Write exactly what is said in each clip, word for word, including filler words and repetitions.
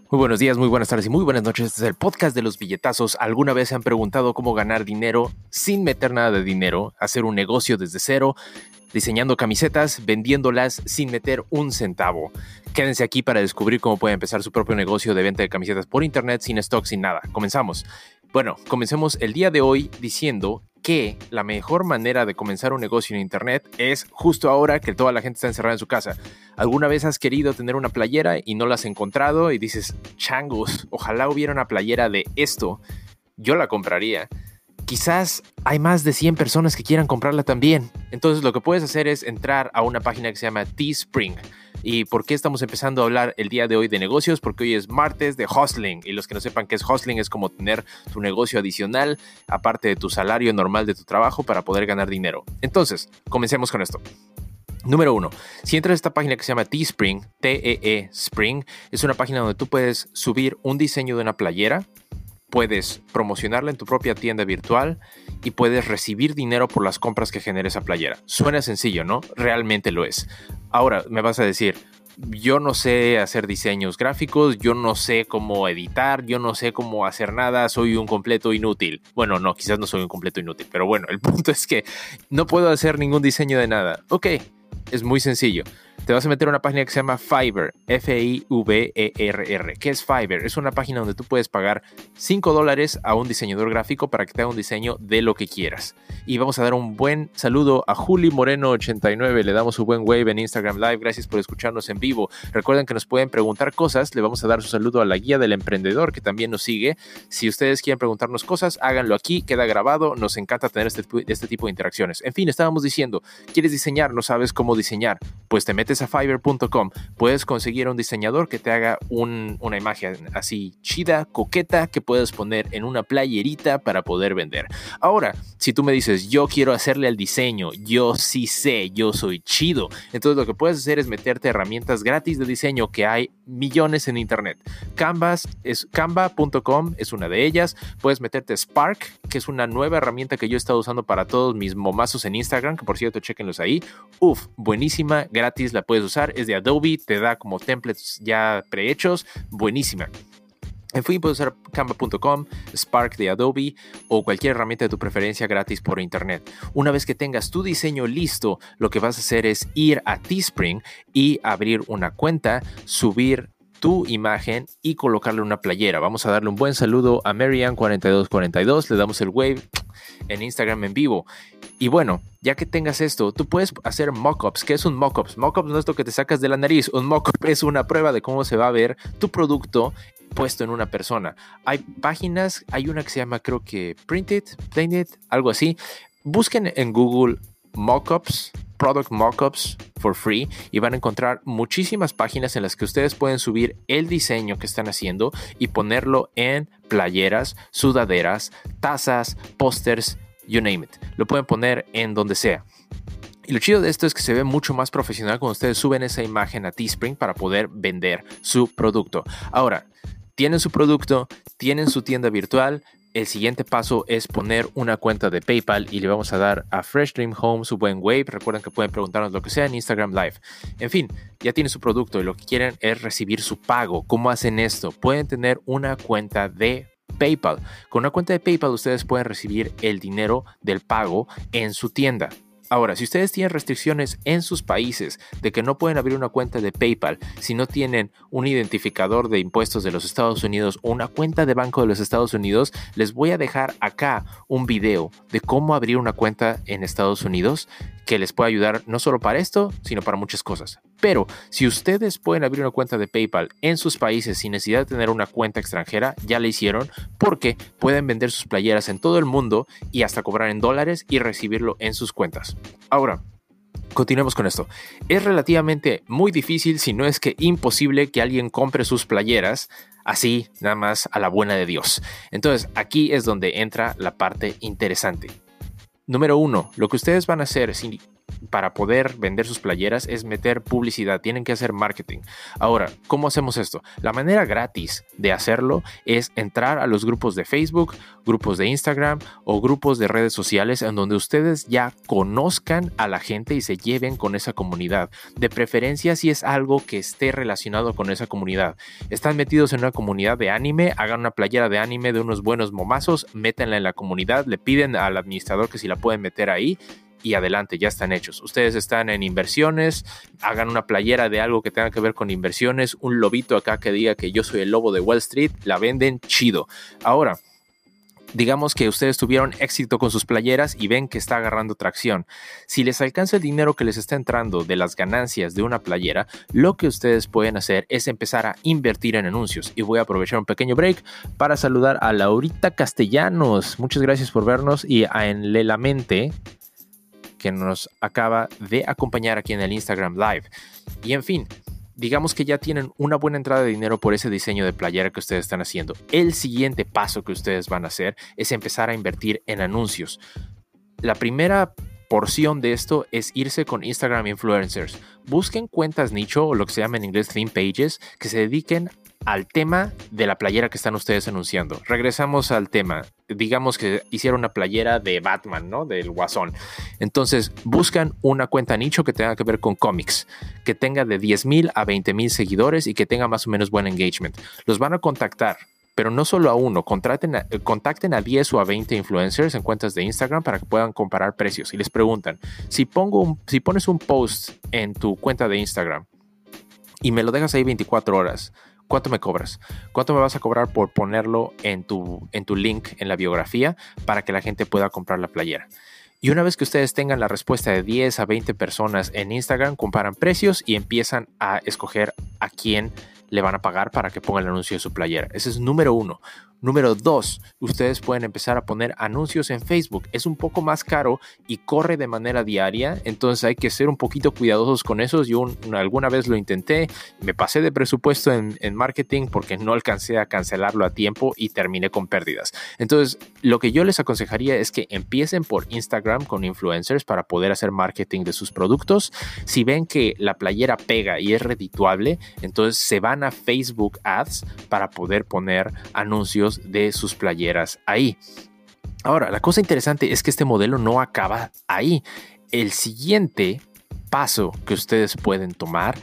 Muy buenos días, muy buenas tardes y muy buenas noches. Este es el podcast de los billetazos. ¿Alguna vez se han preguntado cómo ganar dinero sin meter nada de dinero? Hacer un negocio desde cero, diseñando camisetas, vendiéndolas sin meter un centavo. Quédense aquí para descubrir cómo pueden empezar su propio negocio de venta de camisetas por internet, sin stock, sin nada. Comenzamos. Bueno, comencemos el día de hoy diciendo que la mejor manera de comenzar un negocio en internet es justo ahora que toda la gente está encerrada en su casa. ¿Alguna vez has querido tener una playera y no la has encontrado y dices, changos, ojalá hubiera una playera de esto? Yo la compraría. Quizás hay más de cien personas que quieran comprarla también. Entonces lo que puedes hacer es entrar a una página que se llama Teespring. ¿Y por qué estamos empezando a hablar el día de hoy de negocios? Porque hoy es martes de hustling. Y los que no sepan qué es hustling, es como tener tu negocio adicional, aparte de tu salario normal de tu trabajo, para poder ganar dinero. Entonces, comencemos con esto. Número uno, si entras a esta página que se llama Teespring, T E E Spring, es una página donde tú puedes subir un diseño de una playera, puedes promocionarla en tu propia tienda virtual y puedes recibir dinero por las compras que genere esa playera. Suena sencillo, ¿no? Realmente lo es. Ahora me vas a decir, yo no sé hacer diseños gráficos, yo no sé cómo editar, yo no sé cómo hacer nada, soy un completo inútil. Bueno, no, quizás no soy un completo inútil, pero bueno, el punto es que no puedo hacer ningún diseño de nada. Ok, es muy sencillo. Te vas a meter a una página que se llama Fiverr, F I V E R R. ¿Qué es Fiverr? Es una página donde tú puedes pagar cinco dólares a un diseñador gráfico para que te haga un diseño de lo que quieras. Y vamos a dar un buen saludo a Juli Moreno ochenta y nueve. Le damos su buen wave en Instagram Live. Gracias por escucharnos en vivo. Recuerden que nos pueden preguntar cosas. Le vamos a dar su saludo a la guía del emprendedor que también nos sigue. Si ustedes quieren preguntarnos cosas, háganlo aquí. Queda grabado. Nos encanta tener este, este tipo de interacciones. En fin, estábamos diciendo, ¿quieres diseñar? ¿No sabes cómo diseñar? Pues te metes a fiverr punto com, puedes conseguir a un diseñador que te haga un, una imagen así chida, coqueta, que puedes poner en una playerita para poder vender. Ahora, si tú me dices, yo quiero hacerle al diseño, yo sí sé, yo soy chido, entonces lo que puedes hacer es meterte herramientas gratis de diseño que hay millones en internet. Canvas es, canva punto com es una de ellas. Puedes meterte Spark, que es una nueva herramienta que yo he estado usando para todos mis momazos en Instagram, que por cierto, chéquenlos ahí. Uf, buenísima, gratis, la puedes usar, es de Adobe, te da como templates ya prehechos, buenísima. En fin, puedes usar canva punto com, Spark de Adobe o cualquier herramienta de tu preferencia gratis por internet. Una vez que tengas tu diseño listo, lo que vas a hacer es ir a Teespring y abrir una cuenta, subir tu imagen y colocarle una playera. Vamos a darle un buen saludo a Marianne cuarenta y dos cuarenta y dos, le damos el wave en Instagram en vivo. Y bueno, ya que tengas esto, tú puedes hacer mockups. ¿Qué es un mockup? Mockup no es lo que te sacas de la nariz. Un mockup es una prueba de cómo se va a ver tu producto puesto en una persona. Hay páginas, hay una que se llama, creo que Printed, Planet, algo así. Busquen en Google mockups, product mockups for free y van a encontrar muchísimas páginas en las que ustedes pueden subir el diseño que están haciendo y ponerlo en playeras, sudaderas, tazas, pósters, you name it. Lo pueden poner en donde sea. Y lo chido de esto es que se ve mucho más profesional cuando ustedes suben esa imagen a Teespring para poder vender su producto. Ahora, tienen su producto, tienen su tienda virtual. El siguiente paso es poner una cuenta de PayPal y le vamos a dar a Fresh Dream Home su buen wave. Recuerden que pueden preguntarnos lo que sea en Instagram Live. En fin, ya tienen su producto y lo que quieren es recibir su pago. ¿Cómo hacen esto? Pueden tener una cuenta de PayPal. Con una cuenta de PayPal ustedes pueden recibir el dinero del pago en su tienda. Ahora, si ustedes tienen restricciones en sus países de que no pueden abrir una cuenta de PayPal si no tienen un identificador de impuestos de los Estados Unidos o una cuenta de banco de los Estados Unidos, les voy a dejar acá un video de cómo abrir una cuenta en Estados Unidos que les puede ayudar no solo para esto, sino para muchas cosas. Pero si ustedes pueden abrir una cuenta de PayPal en sus países sin necesidad de tener una cuenta extranjera, ya la hicieron porque pueden vender sus playeras en todo el mundo y hasta cobrar en dólares y recibirlo en sus cuentas. Ahora, continuemos con esto. Es relativamente muy difícil, si no es que imposible, que alguien compre sus playeras así, nada más a la buena de Dios. Entonces, aquí es donde entra la parte interesante. Número uno, lo que ustedes van a hacer si para poder vender sus playeras es meter publicidad, tienen que hacer marketing. Ahora, ¿cómo hacemos esto? La manera gratis de hacerlo es entrar a los grupos de Facebook, grupos de Instagram o grupos de redes sociales en donde ustedes ya conozcan a la gente y se lleven con esa comunidad. De preferencia si es algo que esté relacionado con esa comunidad. Están metidos en una comunidad de anime, hagan una playera de anime de unos buenos momazos, métanla en la comunidad, le piden al administrador que si la pueden meter ahí y adelante, ya están hechos. Ustedes están en inversiones, hagan una playera de algo que tenga que ver con inversiones, un lobito acá que diga que yo soy el lobo de Wall Street, la venden chido. Ahora, digamos que ustedes tuvieron éxito con sus playeras y ven que está agarrando tracción. Si les alcanza el dinero que les está entrando de las ganancias de una playera, lo que ustedes pueden hacer es empezar a invertir en anuncios. Y voy a aprovechar un pequeño break para saludar a Laurita Castellanos. Muchas gracias por vernos y a Enlelamente, que nos acaba de acompañar aquí en el Instagram Live. Y en fin, digamos que ya tienen una buena entrada de dinero por ese diseño de playera que ustedes están haciendo. El siguiente paso que ustedes van a hacer es empezar a invertir en anuncios. La primera porción de esto es irse con Instagram influencers. Busquen cuentas nicho o lo que se llama en inglés theme pages que se dediquen al tema de la playera que están ustedes anunciando. Regresamos al tema. Digamos que hicieron una playera de Batman, ¿no? Del Guasón. Entonces, buscan una cuenta nicho que tenga que ver con cómics, que tenga de diez mil a veinte mil seguidores y que tenga más o menos buen engagement. Los van a contactar, pero no solo a uno. Contraten a, contacten a diez o a veinte influencers en cuentas de Instagram para que puedan comparar precios. Y les preguntan, si, pongo un, si pones un post en tu cuenta de Instagram y me lo dejas ahí veinticuatro horas, ¿cuánto me cobras? ¿Cuánto me vas a cobrar por ponerlo en tu, en tu link en la biografía para que la gente pueda comprar la playera? Y una vez que ustedes tengan la respuesta de diez a veinte personas en Instagram, comparan precios y empiezan a escoger a quién le van a pagar para que ponga el anuncio de su playera. Ese es número uno. Número dos, ustedes pueden empezar a poner anuncios en Facebook. Es un poco más caro y corre de manera diaria, entonces hay que ser un poquito cuidadosos con eso. Yo un, alguna vez lo intenté, me pasé de presupuesto en, en marketing porque no alcancé a cancelarlo a tiempo y terminé con pérdidas. Entonces, lo que yo les aconsejaría es que empiecen por Instagram con influencers para poder hacer marketing de sus productos. Si ven que la playera pega y es redituable, entonces se van a Facebook Ads para poder poner anuncios de sus playeras ahí. Ahora, la cosa interesante es que este modelo no acaba ahí. El siguiente paso que ustedes pueden tomar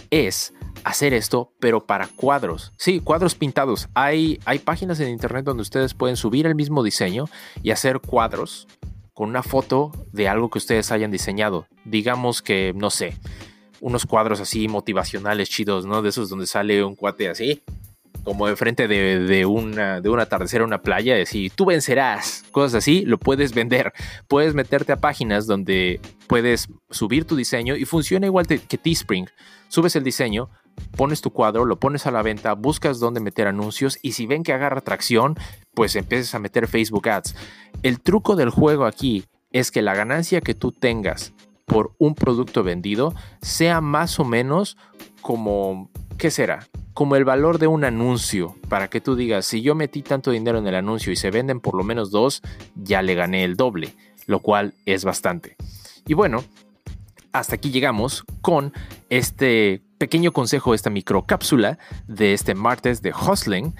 es hacer esto, pero para cuadros. Sí, cuadros pintados. Hay, hay páginas en internet donde ustedes pueden subir el mismo diseño y hacer cuadros con una foto de algo que ustedes hayan diseñado. Digamos que, no sé, unos cuadros así motivacionales chidos, ¿no? De esos donde sale un cuate así, como enfrente de, de, una, de un atardecer a una playa, decir, tú vencerás, cosas así, lo puedes vender. Puedes meterte a páginas donde puedes subir tu diseño y funciona igual que Teespring. Subes el diseño, pones tu cuadro, lo pones a la venta, buscas dónde meter anuncios y si ven que agarra tracción, pues empiezas a meter Facebook Ads. El truco del juego aquí es que la ganancia que tú tengas por un producto vendido sea más o menos como, ¿qué será? Como el valor de un anuncio, para que tú digas, si yo metí tanto dinero en el anuncio y se venden por lo menos dos, ya le gané el doble, lo cual es bastante. Y bueno, hasta aquí llegamos con este pequeño consejo, esta microcápsula de este martes de Hustling.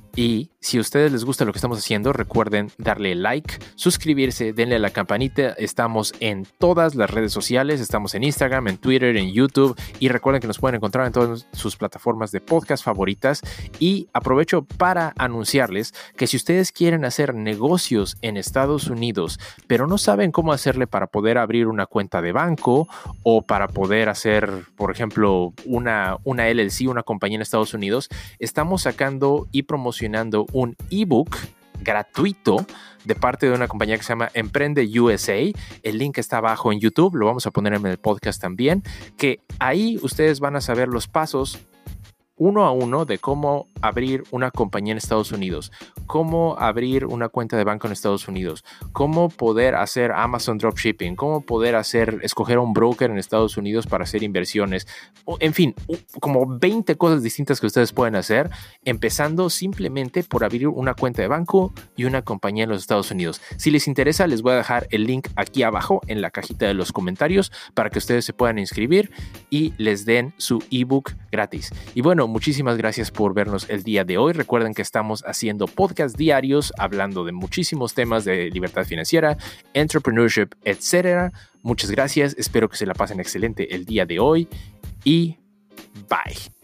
Y si a ustedes les gusta lo que estamos haciendo, recuerden darle like, suscribirse, denle a la campanita. Estamos en todas las redes sociales, estamos en Instagram, en Twitter, en YouTube. Y recuerden que nos pueden encontrar en todas sus plataformas de podcast favoritas. Y aprovecho para anunciarles que si ustedes quieren hacer negocios en Estados Unidos, pero no saben cómo hacerle para poder abrir una cuenta de banco o para poder hacer, por ejemplo, una, una L L C, una compañía en Estados Unidos, estamos sacando y promocionando un ebook gratuito de parte de una compañía que se llama Emprende U S A. El link está abajo en YouTube, lo vamos a poner en el podcast también, que ahí ustedes van a saber los pasos uno a uno de cómo abrir una compañía en Estados Unidos, cómo abrir una cuenta de banco en Estados Unidos, cómo poder hacer Amazon Dropshipping, cómo poder hacer, escoger a un broker en Estados Unidos para hacer inversiones, en fin, como veinte cosas distintas que ustedes pueden hacer, empezando simplemente por abrir una cuenta de banco y una compañía en los Estados Unidos. Si les interesa, les voy a dejar el link aquí abajo en la cajita de los comentarios para que ustedes se puedan inscribir y les den su ebook gratis. Y bueno, muchísimas gracias por vernos el día de hoy. Recuerden que estamos haciendo podcasts diarios hablando de muchísimos temas de libertad financiera, entrepreneurship, etcétera. Muchas gracias. Espero que se la pasen excelente el día de hoy y bye.